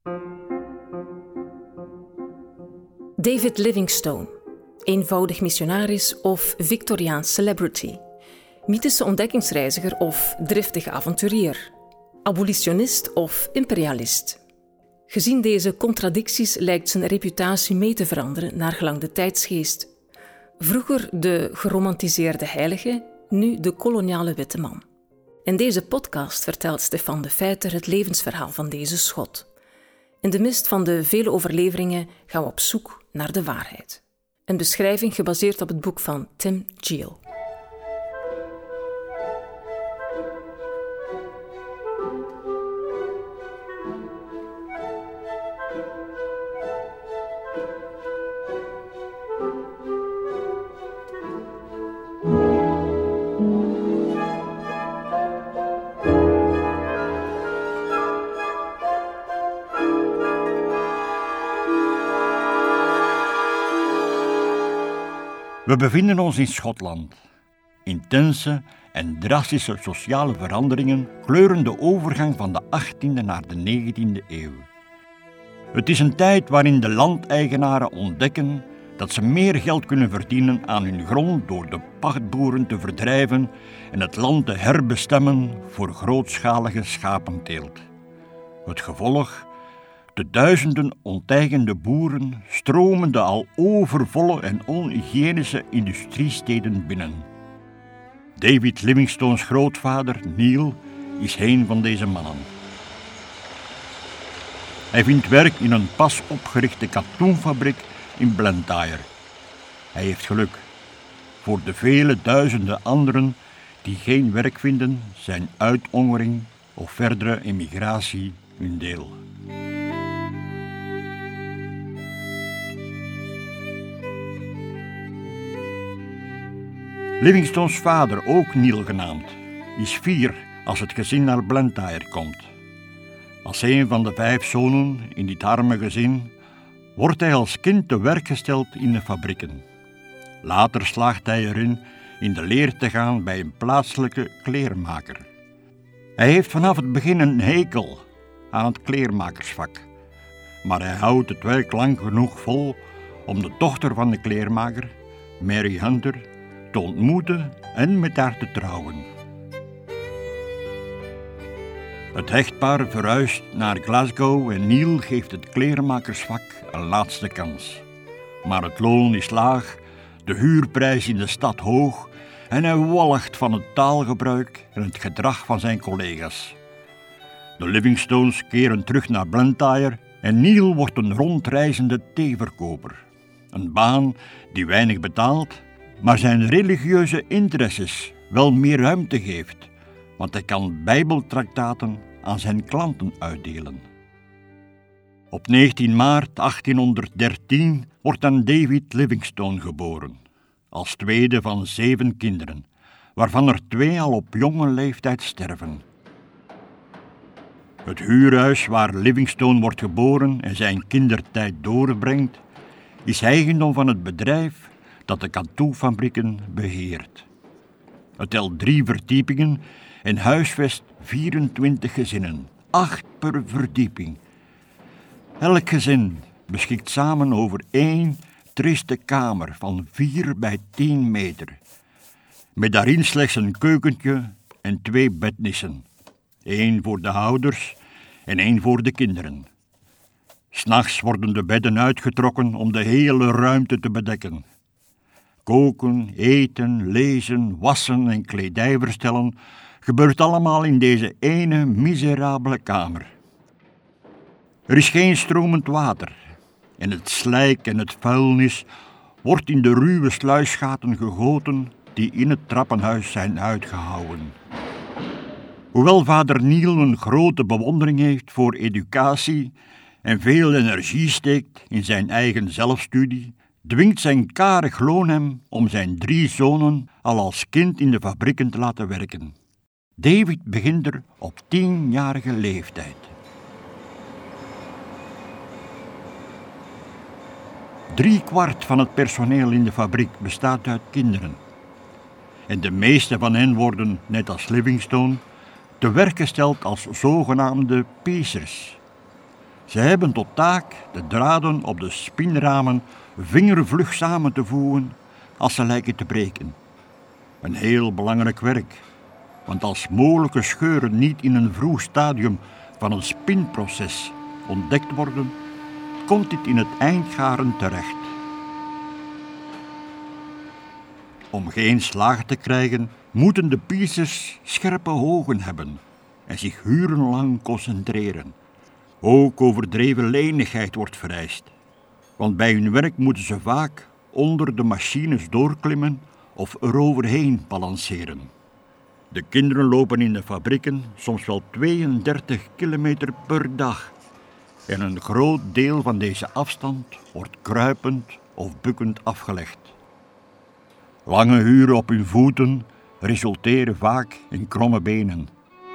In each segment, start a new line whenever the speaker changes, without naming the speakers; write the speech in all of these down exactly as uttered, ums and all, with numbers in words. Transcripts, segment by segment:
David Livingstone, eenvoudig missionaris of Victoriaans celebrity, mythische ontdekkingsreiziger of driftige avonturier, abolitionist of imperialist. Gezien deze contradicties lijkt zijn reputatie mee te veranderen naar gelang de tijdsgeest. Vroeger de geromantiseerde heilige, nu de koloniale witte man. In deze podcast vertelt Stefan de Feiter het levensverhaal van deze schot. In de mist van de vele overleveringen gaan we op zoek naar de waarheid. Een beschrijving gebaseerd op het boek van Tim Giel.
We bevinden ons in Schotland. Intense en drastische sociale veranderingen kleuren de overgang van de achttiende naar de negentiende eeuw. Het is een tijd waarin de landeigenaren ontdekken dat ze meer geld kunnen verdienen aan hun grond door de pachtboeren te verdrijven en het land te herbestemmen voor grootschalige schapenteelt. Het gevolg? De duizenden onteigende boeren stromen de al overvolle en onhygiënische industriesteden binnen. David Livingstones grootvader, Neil, is een van deze mannen. Hij vindt werk in een pas opgerichte katoenfabriek in Blantyre. Hij heeft geluk. Voor de vele duizenden anderen die geen werk vinden, zijn uithongering of verdere emigratie hun deel. Livingstones vader, ook Neil genaamd, is vier als het gezin naar Blantyre komt. Als een van de vijf zonen in dit arme gezin wordt hij als kind te werk gesteld in de fabrieken. Later slaagt hij erin in de leer te gaan bij een plaatselijke kleermaker. Hij heeft vanaf het begin een hekel aan het kleermakersvak, maar hij houdt het werk lang genoeg vol om de dochter van de kleermaker, Mary Hunter, te ontmoeten en met haar te trouwen. Het echtpaar verhuist naar Glasgow en Neil geeft het kleermakersvak een laatste kans. Maar het loon is laag, de huurprijs in de stad hoog en hij walgt van het taalgebruik en het gedrag van zijn collega's. De Livingstones keren terug naar Blantyre en Neil wordt een rondreizende theeverkoper. Een baan die weinig betaalt, maar zijn religieuze interesses wel meer ruimte geeft, want hij kan bijbeltraktaten aan zijn klanten uitdelen. Op negentien maart achttienhonderddertien wordt dan David Livingstone geboren, als tweede van zeven kinderen, waarvan er twee al op jonge leeftijd sterven. Het huurhuis waar Livingstone wordt geboren en zijn kindertijd doorbrengt, is eigendom van het bedrijf dat de katoenfabrieken beheert. Het telt drie verdiepingen en huisvest vierentwintig gezinnen, acht per verdieping. Elk gezin beschikt samen over één triste kamer van vier bij tien meter, met daarin slechts een keukentje en twee bednissen, één voor de ouders en één voor de kinderen. 'S Nachts worden de bedden uitgetrokken om de hele ruimte te bedekken. Koken, eten, lezen, wassen en kledij verstellen gebeurt allemaal in deze ene miserabele kamer. Er is geen stromend water en het slijk en het vuilnis wordt in de ruwe sluisgaten gegoten die in het trappenhuis zijn uitgehouwen. Hoewel vader Neil een grote bewondering heeft voor educatie en veel energie steekt in zijn eigen zelfstudie, dwingt zijn karig loon hem om zijn drie zonen al als kind in de fabrieken te laten werken. David begint er op tienjarige leeftijd. Drie kwart van het personeel in de fabriek bestaat uit kinderen. En de meeste van hen worden, net als Livingstone, te werk gesteld als zogenaamde piecers. Ze hebben tot taak de draden op de spinramen vingervlug samen te voegen als ze lijken te breken. Een heel belangrijk werk, want als mogelijke scheuren niet in een vroeg stadium van een spinproces ontdekt worden, komt dit in het eindgaren terecht. Om geen slagen te krijgen, moeten de piecers scherpe ogen hebben en zich urenlang concentreren. Ook overdreven lenigheid wordt vereist, want bij hun werk moeten ze vaak onder de machines doorklimmen of eroverheen balanceren. De kinderen lopen in de fabrieken soms wel tweeëndertig kilometer per dag en een groot deel van deze afstand wordt kruipend of bukkend afgelegd. Lange uren op hun voeten resulteren vaak in kromme benen.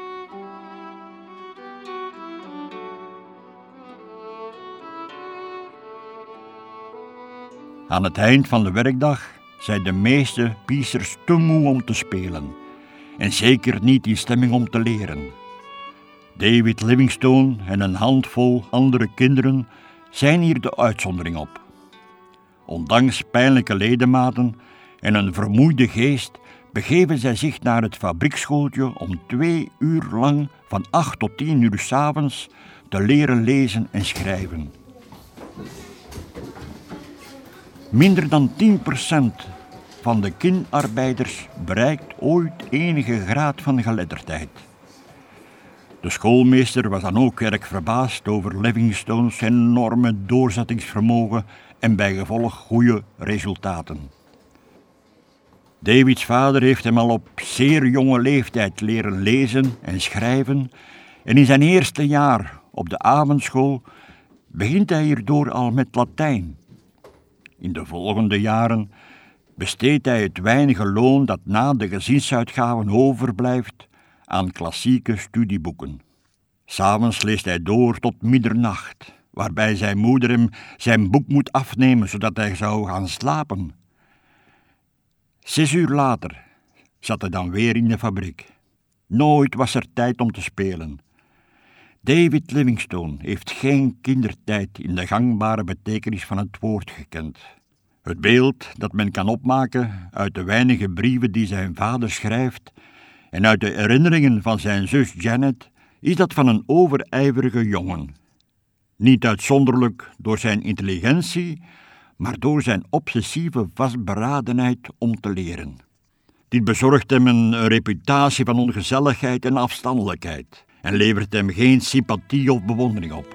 Aan het eind van de werkdag zijn de meeste piecers te moe om te spelen en zeker niet in stemming om te leren. David Livingstone en een handvol andere kinderen zijn hier de uitzondering op. Ondanks pijnlijke ledematen en een vermoeide geest begeven zij zich naar het fabriekschooltje om twee uur lang van acht tot tien uur 's avonds te leren lezen en schrijven. Minder dan tien procent van de kindarbeiders bereikt ooit enige graad van geletterdheid. De schoolmeester was dan ook erg verbaasd over Livingstone's enorme doorzettingsvermogen en bijgevolg goede resultaten. Davids vader heeft hem al op zeer jonge leeftijd leren lezen en schrijven en in zijn eerste jaar op de avondschool begint hij hierdoor al met Latijn. In de volgende jaren besteedt hij het weinige loon dat na de gezinsuitgaven overblijft aan klassieke studieboeken. 'S Avonds leest hij door tot middernacht, waarbij zijn moeder hem zijn boek moet afnemen zodat hij zou gaan slapen. Zes uur later zat hij dan weer in de fabriek. Nooit was er tijd om te spelen. David Livingstone heeft geen kindertijd in de gangbare betekenis van het woord gekend. Het beeld dat men kan opmaken uit de weinige brieven die zijn vader schrijft en uit de herinneringen van zijn zus Janet is dat van een overijverige jongen. Niet uitzonderlijk door zijn intelligentie, maar door zijn obsessieve vastberadenheid om te leren. Dit bezorgt hem een reputatie van ongezelligheid en afstandelijkheid en levert hem geen sympathie of bewondering op.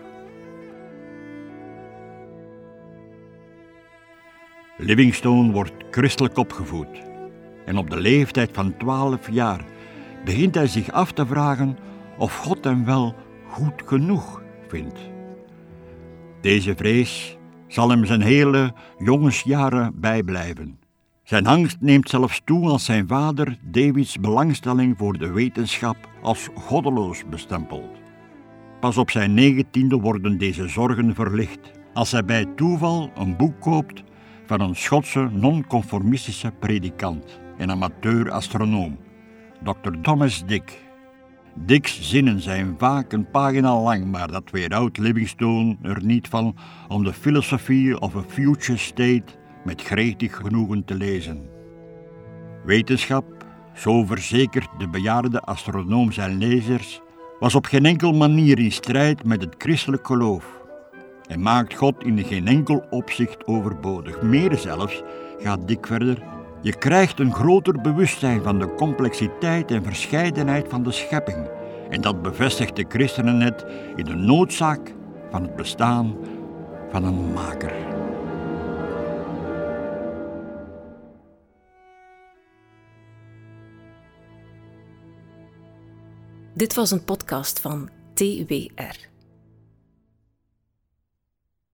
Livingstone wordt christelijk opgevoed en op de leeftijd van twaalf jaar begint hij zich af te vragen of God hem wel goed genoeg vindt. Deze vrees zal hem zijn hele jongensjaren bijblijven. Zijn angst neemt zelfs toe als zijn vader Davids belangstelling voor de wetenschap als goddeloos bestempelt. Pas op zijn negentiende worden deze zorgen verlicht, als hij bij toeval een boek koopt van een Schotse non-conformistische predikant en amateur-astronoom, dokter Thomas Dick. Dick's zinnen zijn vaak een pagina lang, maar dat weerhoudt Livingstone er niet van om de Philosophy of a Future State met gretig genoegen te lezen. Wetenschap, zo verzekert de bejaarde astronoom zijn lezers, was op geen enkel manier in strijd met het christelijk geloof en maakt God in geen enkel opzicht overbodig. Meer zelfs, gaat Dick verder, je krijgt een groter bewustzijn van de complexiteit en verscheidenheid van de schepping en dat bevestigt de christenen net in de noodzaak van het bestaan van een maker.
Dit was een podcast van T W R.